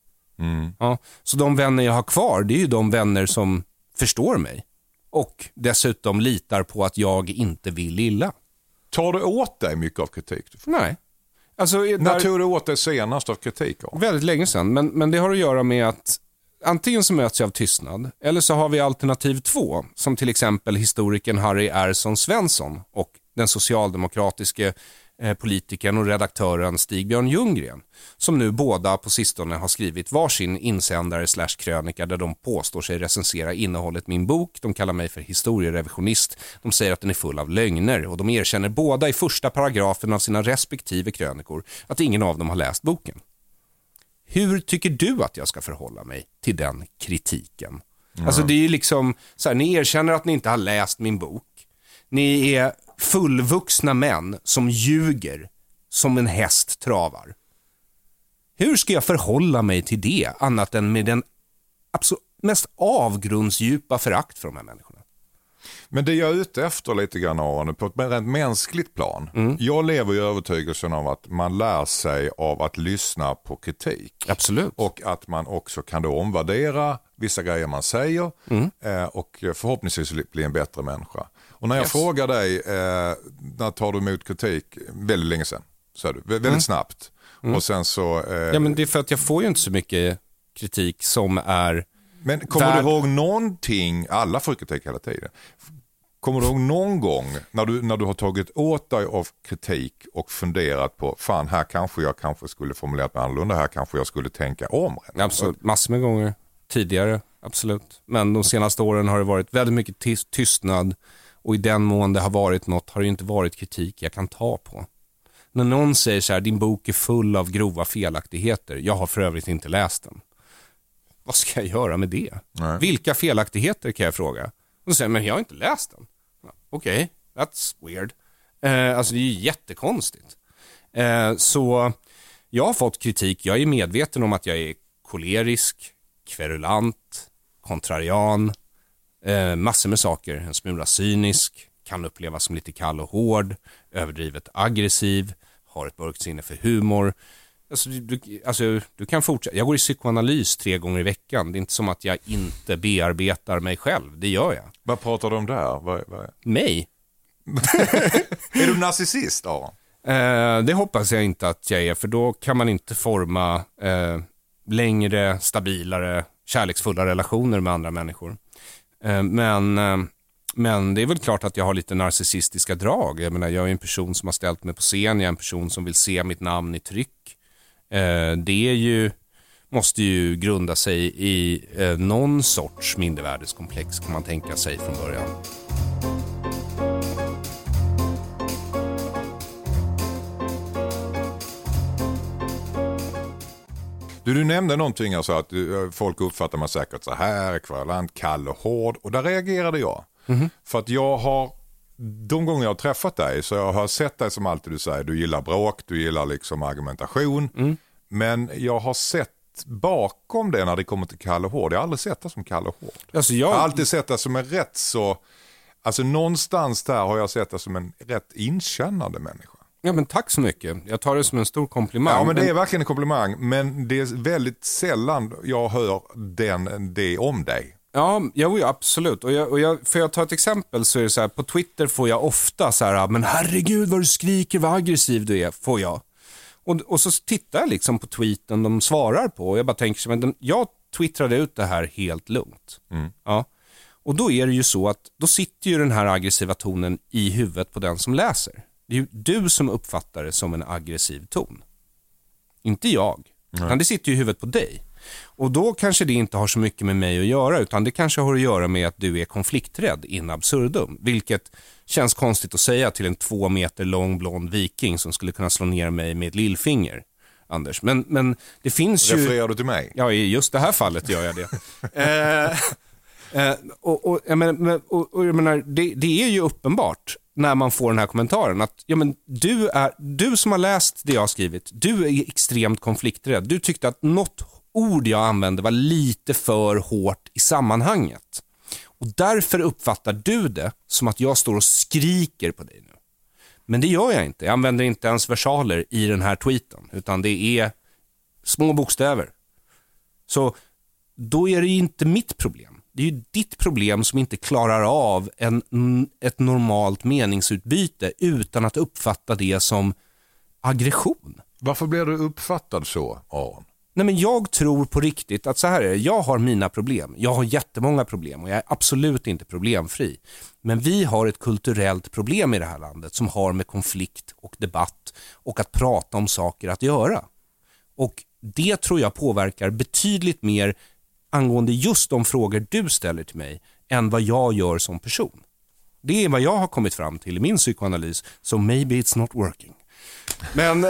Ja, så de vänner jag har kvar, det är ju de vänner som förstår mig och dessutom litar på att jag inte vill illa. Tar du åt dig mycket av kritik? Nej. Alltså, när tog du åt dig senast av kritik? Väldigt länge sedan, men det har att göra med att antingen så möts jag av tystnad eller så har vi alternativ 2 som till exempel historikern Harry Ersson Svensson och den socialdemokratiske politikern och redaktören Stig-Björn Ljunggren som nu båda på sistone har skrivit varsin insändare/krönika där de påstår sig recensera innehållet min bok. De kallar mig för historierevisionist. De säger att den är full av lögner och de erkänner båda i första paragrafen av sina respektive krönikor att ingen av dem har läst boken. Hur tycker du att jag ska förhålla mig till den kritiken? Alltså det är ju liksom så här, ni erkänner att ni inte har läst min bok. Ni är fullvuxna män som ljuger som en häst travar. Hur ska jag förhålla mig till det annat än med den absolut mest avgrundsdjupa förakt för de här människorna? Men det jag är ute efter lite grann av på ett rent mänskligt plan. Jag lever i övertygelsen av att man lär sig av att lyssna på kritik. Absolut. Och att man också kan då omvärdera vissa grejer man säger och förhoppningsvis bli en bättre människa. Och när jag frågar dig, när tar du emot kritik? Väldigt länge sedan, så är du. Väldigt snabbt. Och sen så... Ja, men det är för att jag får ju inte så mycket kritik som är... Men kommer du ihåg någonting, alla får kritik hela tiden. Kommer du ihåg någon gång när du har tagit åt dig av kritik och funderat på, fan här kanske jag skulle formulerat mig annorlunda, här kanske jag skulle tänka om? Absolut, massor med gånger tidigare, absolut. Men de senaste åren har det varit väldigt mycket tystnad Och i den mån det har varit något har det inte varit kritik jag kan ta på. När någon säger så här, din bok är full av grova felaktigheter. Jag har för övrigt inte läst den. Vad ska jag göra med det? Nej. Vilka felaktigheter kan jag fråga? Och så säger men jag har inte läst den. Okej, that's weird. Alltså det är ju jättekonstigt. Så jag har fått kritik. Jag är medveten om att jag är kolerisk, kverulant, kontrarian, massor med saker. En smula cynisk, kan upplevas som lite kall och hård, överdrivet aggressiv, har ett mörkt sinne för humor. Du kan fortsätta. Jag går i psykoanalys 3 gånger i veckan. Det är inte som att jag inte bearbetar mig själv. Det gör jag. Vad pratar du om där? Mig? Är du narcissist, Aron? Det hoppas jag inte att jag är, för då kan man inte forma längre, stabilare, kärleksfulla relationer med andra människor. Men det är väl klart att jag har lite narcissistiska drag. Jag menar, jag är en person som har ställt mig på scen, jag är en person som vill se mitt namn i tryck. Det är ju, måste ju grunda sig i någon sorts mindervärdeskomplex, kan man tänka sig från början. Du nämnde någonting, alltså att folk uppfattar mig säkert så här, kverulant, kall och hård. Och där reagerade jag. För att jag har, de gånger jag har träffat dig, så jag har sett dig som alltid du säger, du gillar bråk, du gillar liksom argumentation. Men jag har sett bakom det när det kommer till kall och hård. Jag har aldrig sett det som kall och hård. Alltså jag har alltid sett det som en rätt så, alltså någonstans där har jag sett det som en rätt inkännande människa. Ja, men tack så mycket. Jag tar det som en stor komplimang. Ja, men det är verkligen en komplimang. Men det är väldigt sällan jag hör det om dig. Ja, absolut. Och för jag tar ett exempel, så är det så här, på Twitter får jag ofta så här, men herregud vad du skriker, vad aggressiv du är, får jag. Och så tittar jag liksom på tweeten de svarar på, och jag bara tänker så, men jag twittrade ut det här helt lugnt. Ja. Och då är det ju så att då sitter ju den här aggressiva tonen i huvudet på den som läser. Det är ju du som uppfattar det som en aggressiv ton. Inte jag. Men det sitter ju i huvudet på dig. Och då kanske det inte har så mycket med mig att göra, utan det kanske har att göra med att du är konflikträdd in absurdum. Vilket känns konstigt att säga till en 2 meter lång blond viking som skulle kunna slå ner mig med ett lillfinger, Anders. Men det finns ju... Refererar du till mig? Ja, i just det här fallet gör jag det. Jag menar, det är ju uppenbart när man får den här kommentaren att ja, men du som har läst det jag har skrivit, du är extremt konflikträdd. Du tyckte att något ord jag använde var lite för hårt i sammanhanget. Och därför uppfattar du det som att jag står och skriker på dig nu. Men det gör jag inte. Jag använder inte ens versaler i den här tweeten, utan det är små bokstäver. Så då är det inte mitt problem. Det är ju ditt problem som inte klarar av ett normalt meningsutbyte utan att uppfatta det som aggression. Varför blir du uppfattad så, Aron? Nej, men jag tror på riktigt att så här är det. Jag har mina problem. Jag har jättemånga problem och jag är absolut inte problemfri. Men vi har ett kulturellt problem i det här landet som har med konflikt och debatt och att prata om saker att göra. Och det tror jag påverkar betydligt mer angående just de frågor du ställer till mig än vad jag gör som person. Det är vad jag har kommit fram till i min psykoanalys, so maybe it's not working. Men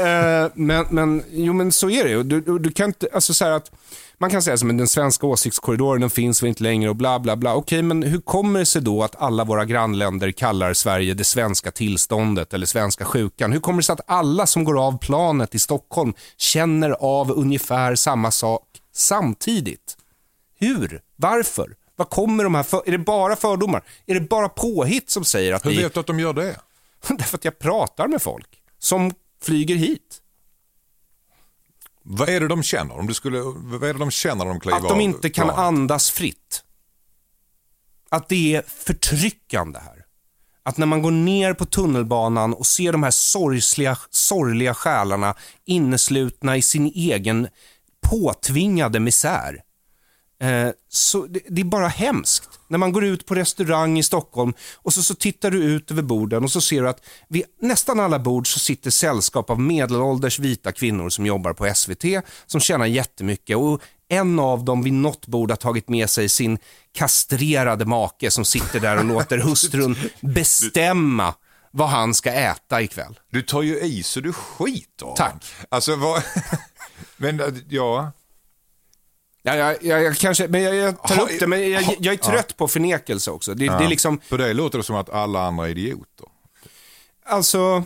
så är det ju. Du kan inte, alltså så här att man kan säga som den svenska åsiktskorridoren, den finns väl inte längre och bla bla bla. Okej, men hur kommer det sig då att alla våra grannländer kallar Sverige det svenska tillståndet eller svenska sjukan? Hur kommer det sig att alla som går av planet i Stockholm känner av ungefär samma sak samtidigt? Hur? Varför? Vad kommer de här är det bara fördomar? Är det bara påhitt som säger att hur vet du att de gör det? Därför att jag pratar med folk som flyger hit. Vad är det de känner? Vad är det de känner när de kliver av? Att de inte kan andas fritt. Att det är förtryckande här. Att när man går ner på tunnelbanan och ser de här sorgliga själarna inneslutna i sin egen påtvingade misär. Så det är bara hemskt. När man går ut på restaurang i Stockholm och så tittar du ut över borden och så ser du att vid nästan alla bord så sitter sällskap av medelålders vita kvinnor som jobbar på SVT, som tjänar jättemycket, och en av dem vid något bord har tagit med sig sin kastrerade make som sitter där och låter hustrun bestämma vad han ska äta ikväll. Du tar ju i så du skiter. Tack. Alltså vad... Men ja... Jag kanske, men jag tar upp det, men jag är trött på förnekelse också. Det är liksom... För det låter det som att alla andra är idioter. Alltså,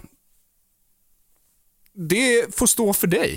det får stå för dig.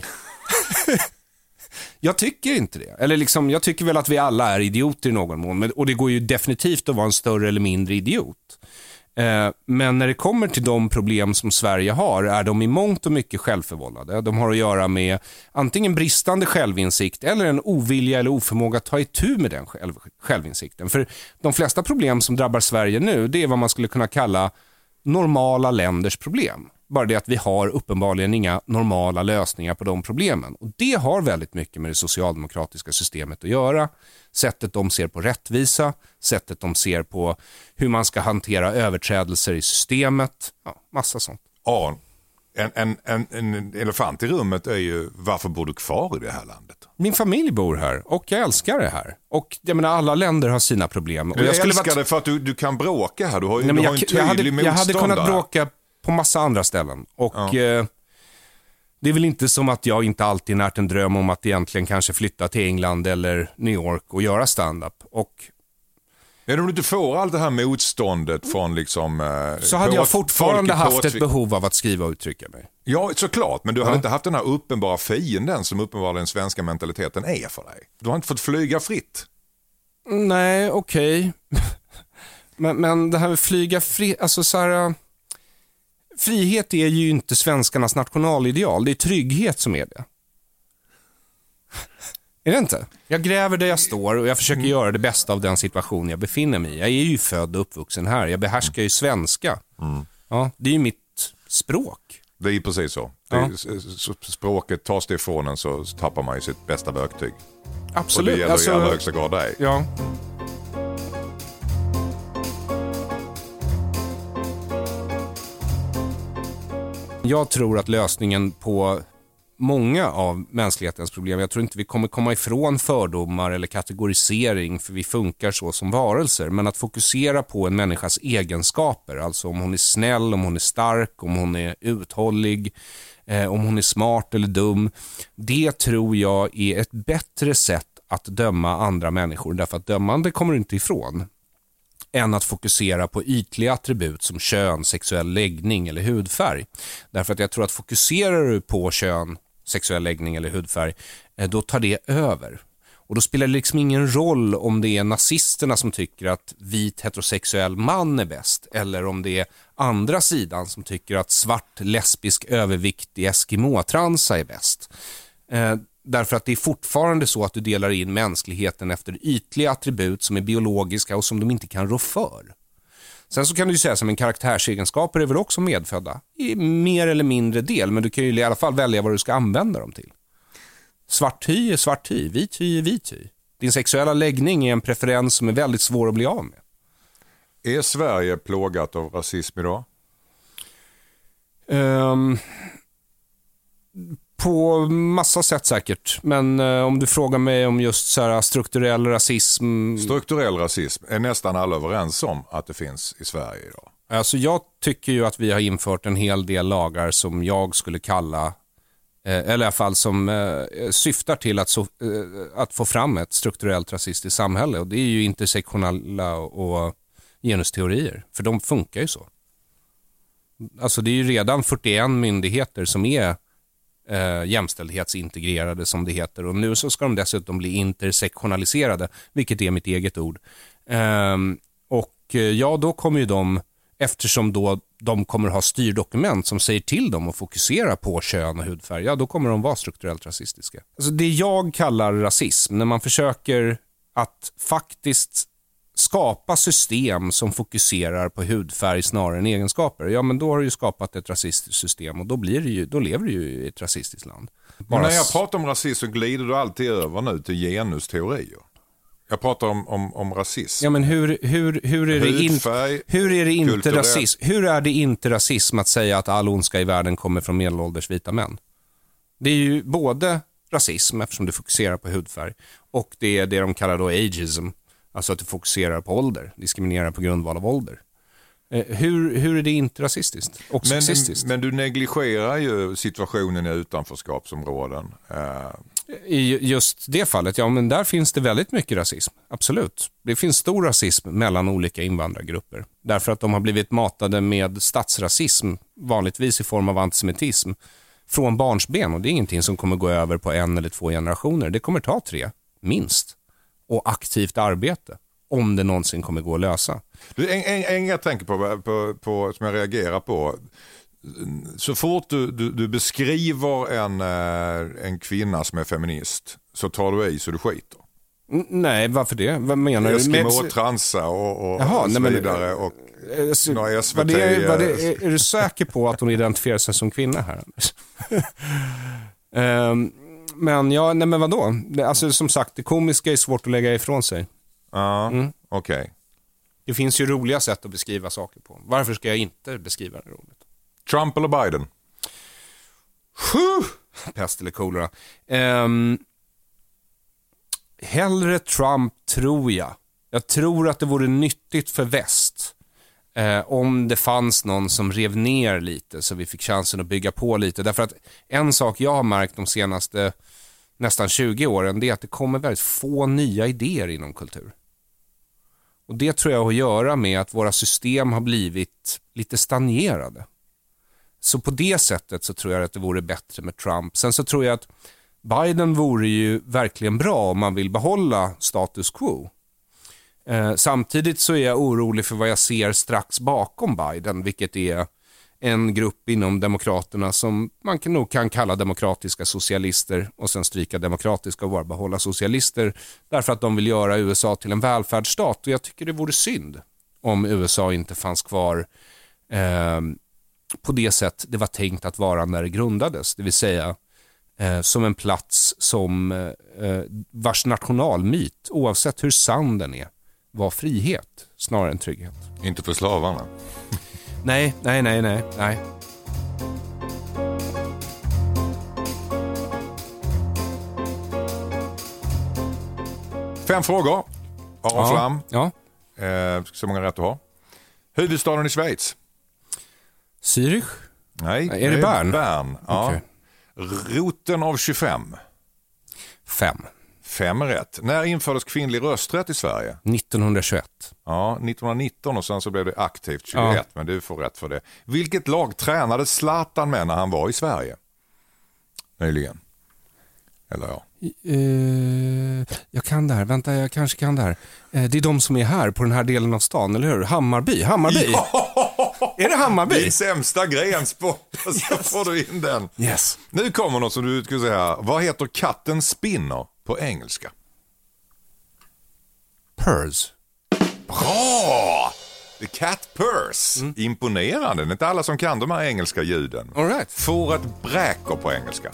Jag tycker inte det. Eller liksom, jag tycker väl att vi alla är idioter i någon mån. Och det går ju definitivt att vara en större eller mindre idiot. Men när det kommer till de problem som Sverige har, är de i mångt och mycket självförvållade. De har att göra med antingen bristande självinsikt eller en ovilja eller oförmåga att ta itu med den självinsikten. För de flesta problem som drabbar Sverige nu, det är vad man skulle kunna kalla normala länders problem. Bara det att vi har uppenbarligen inga normala lösningar på de problemen. Och det har väldigt mycket med det socialdemokratiska systemet att göra. Sättet de ser på rättvisa, sättet de ser på hur man ska hantera överträdelser i systemet. Ja, massa sånt. Ja, en elefant i rummet är ju, varför bor du kvar i det här landet? Min familj bor här och jag älskar det här. Och jag menar, alla länder har sina problem. Och jag älskar det för att du kan bråka här. Du har ju en tydlig motståndare. Jag hade kunnat bråka på massa andra ställen. Och det är väl inte som att jag inte alltid närt en dröm om att egentligen kanske flytta till England eller New York och göra stand-up. Och om du inte får allt det här motståndet från liksom... så hade jag fortfarande haft ett behov av att skriva och uttrycka mig. Ja, såklart. Men du hade inte haft den här uppenbara fienden som uppenbarligen den svenska mentaliteten är för dig. Du har inte fått flyga fritt. Nej, okej. Men det här med flyga fritt... Alltså så här... Frihet är ju inte svenskarnas nationalideal. Det är trygghet som är det. Är det inte? Jag gräver där jag står och jag försöker göra det bästa av den situation jag befinner mig i. Jag är ju född och uppvuxen här. Jag behärskar ju svenska. Ja, det är ju mitt språk. Det är ju precis så. Ja. Språket, tas det ifrån en så tappar man ju sitt bästa verktyg. Absolut. Och det gäller i allra högsta grad dig. Ja. Jag tror att lösningen på många av mänsklighetens problem, jag tror inte vi kommer komma ifrån fördomar eller kategorisering, för vi funkar så som varelser, men att fokusera på en människas egenskaper, alltså om hon är snäll, om hon är stark, om hon är uthållig, om hon är smart eller dum, det tror jag är ett bättre sätt att döma andra människor, därför att dömande kommer inte ifrån, än att fokusera på ytliga attribut som kön, sexuell läggning eller hudfärg. Därför att jag tror att fokuserar du på kön, sexuell läggning eller hudfärg, då tar det över. Och då spelar det liksom ingen roll om det är nazisterna som tycker att vit heterosexuell man är bäst, eller om det är andra sidan som tycker att svart lesbisk överviktig eskimo-transa är bäst. Därför att det är fortfarande så att du delar in mänskligheten efter ytliga attribut som är biologiska och som de inte kan rå för. Sen så kan du ju säga som en karaktärsegenskaper är väl också medfödda i mer eller mindre del, men du kan ju i alla fall välja vad du ska använda dem till. Svart hy är svart hy, vit hy är vit hy. Din sexuella läggning är en preferens som är väldigt svår att bli av med. Är Sverige plågat av rasism idag? På massa sätt säkert. Men om du frågar mig om just så här strukturell rasism... Strukturell rasism är nästan alla överens om att det finns i Sverige idag. Alltså jag tycker ju att vi har infört en hel del lagar som jag skulle kalla, eller i alla fall som syftar till att få fram ett strukturellt rasistiskt samhälle. Och det är ju intersektionella och genusteorier. För de funkar ju så. Alltså det är ju redan 41 myndigheter som är jämställdhetsintegrerade som det heter, och nu så ska de dessutom bli intersektionaliserade, vilket är mitt eget ord, och ja, då kommer ju de, eftersom då de kommer ha styrdokument som säger till dem att fokusera på kön och hudfärg, ja då kommer de vara strukturellt rasistiska. Alltså det jag kallar rasism, när man försöker att faktiskt skapa system som fokuserar på hudfärg snarare än egenskaper, ja men då har du ju skapat ett rasistiskt system, och då lever du ju i ett rasistiskt land. Men när jag pratar om rasism så glider du alltid över nu till genusteorier. Jag pratar om rasism. Ja, men hur är det inte rasism? Hur är det inte rasism att säga att all ondska i världen kommer från medelålders vita män? Det är ju både rasism, eftersom du fokuserar på hudfärg, och det är det de kallar då ageism, alltså att du fokuserar på ålder, diskriminerar på grundval av ålder. Hur är det inte rasistiskt och sexistiskt? Men du negligerar ju situationen i utanförskapsområden. I just det fallet, ja, men där finns det väldigt mycket rasism, absolut. Det finns stor rasism mellan olika invandrargrupper, därför att de har blivit matade med statsrasism, vanligtvis i form av antisemitism, från barnsben, och det är ingenting som kommer gå över på 1 eller 2 generationer. Det kommer ta 3, minst, och aktivt arbete, om det någonsin kommer gå att lösa. En jag tänker på som jag reagerar på, så fort du beskriver en kvinna som är feminist, så tar du i så du skiter. Nej, varför det? Vad menar du? Eskimo-transa och så vidare. Och några SVT... Är du säker på att hon identifierar sig som kvinna här? Men ja, nej, men vadå? Alltså, som sagt, det komiska är svårt att lägga ifrån sig. Ja, okej. Det finns ju roliga sätt att beskriva saker på. Varför ska jag inte beskriva det roligt? Trump eller Biden? Pest eller kolera. Hellre Trump, tror jag. Jag tror att det vore nyttigt för väst om det fanns någon som rev ner lite, så vi fick chansen att bygga på lite. Därför att en sak jag har märkt de senaste nästan 20 åren, det är att det kommer väldigt få nya idéer inom kultur. Och det tror jag har att göra med att våra system har blivit lite stagnerade. Så på det sättet så tror jag att det vore bättre med Trump. Sen så tror jag att Biden vore ju verkligen bra om man vill behålla status quo. Samtidigt så är jag orolig för vad jag ser strax bakom Biden, vilket är en grupp inom demokraterna som man nog kan kalla demokratiska socialister, och sen stryka demokratiska och bara behålla socialister, därför att de vill göra USA till en välfärdsstat. Och jag tycker det vore synd om USA inte fanns kvar på det sätt det var tänkt att vara när det grundades, det vill säga som en plats som vars nationalmyt, oavsett hur sann den är, var frihet snarare än trygghet. Inte för slavarna. Nej. 5 frågor. Aron Flam. Ja. Så många rätt du har. Huvudstaden i Schweiz? Zürich? Nej. Är det Bern? Bern, ja. Okay. Roten av 25? 5. 5 rätt. När infördes kvinnlig rösträtt i Sverige? 1921. Ja, 1919, och sen så blev det aktivt 21, ja. Men du får rätt för det. Vilket lag tränade Zlatan med när han var i Sverige? Nyligen. Eller ja. Jag kan det här. Vänta, jag kanske kan det här. Det är de som är här på den här delen av stan, eller hur? Hammarby. Ja! Är det Hammarby? Din sämsta grensport. Så får du in den. Yes. Nu kommer något som du skulle säga. Vad heter katten Spinner på engelska? Purse. Bra! The cat purse. Imponerande. Det är inte alla som kan de här engelska ljuden. All right. Får ett bräker på engelska?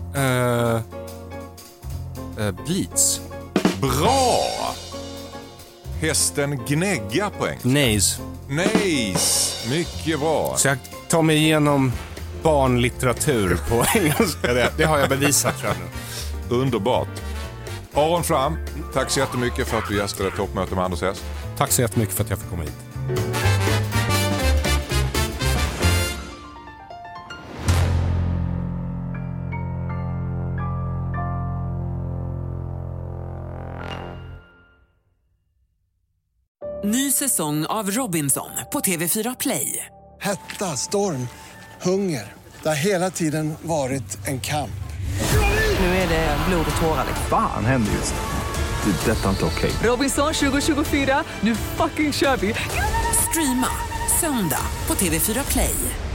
Bleeds. Bra! Hästen gnägga på engelska? Nays. Mycket bra. Så jag tar mig igenom barnlitteratur på engelska. Det har jag bevisat, tror jag nu. Underbart. Aron Flam, tack så jättemycket för att du gästade Toppmöte med Anders Häst. Tack så jättemycket för att jag fick komma hit. Ny säsong av Robinson på TV4 Play. Hetta, storm, hunger. Det har hela tiden varit en kamp. Nu är det blod och tårar. Fan händer just det. Det är detta inte okej. Robinson 2024, nu fucking kör vi. Streama söndag på TV4 Play.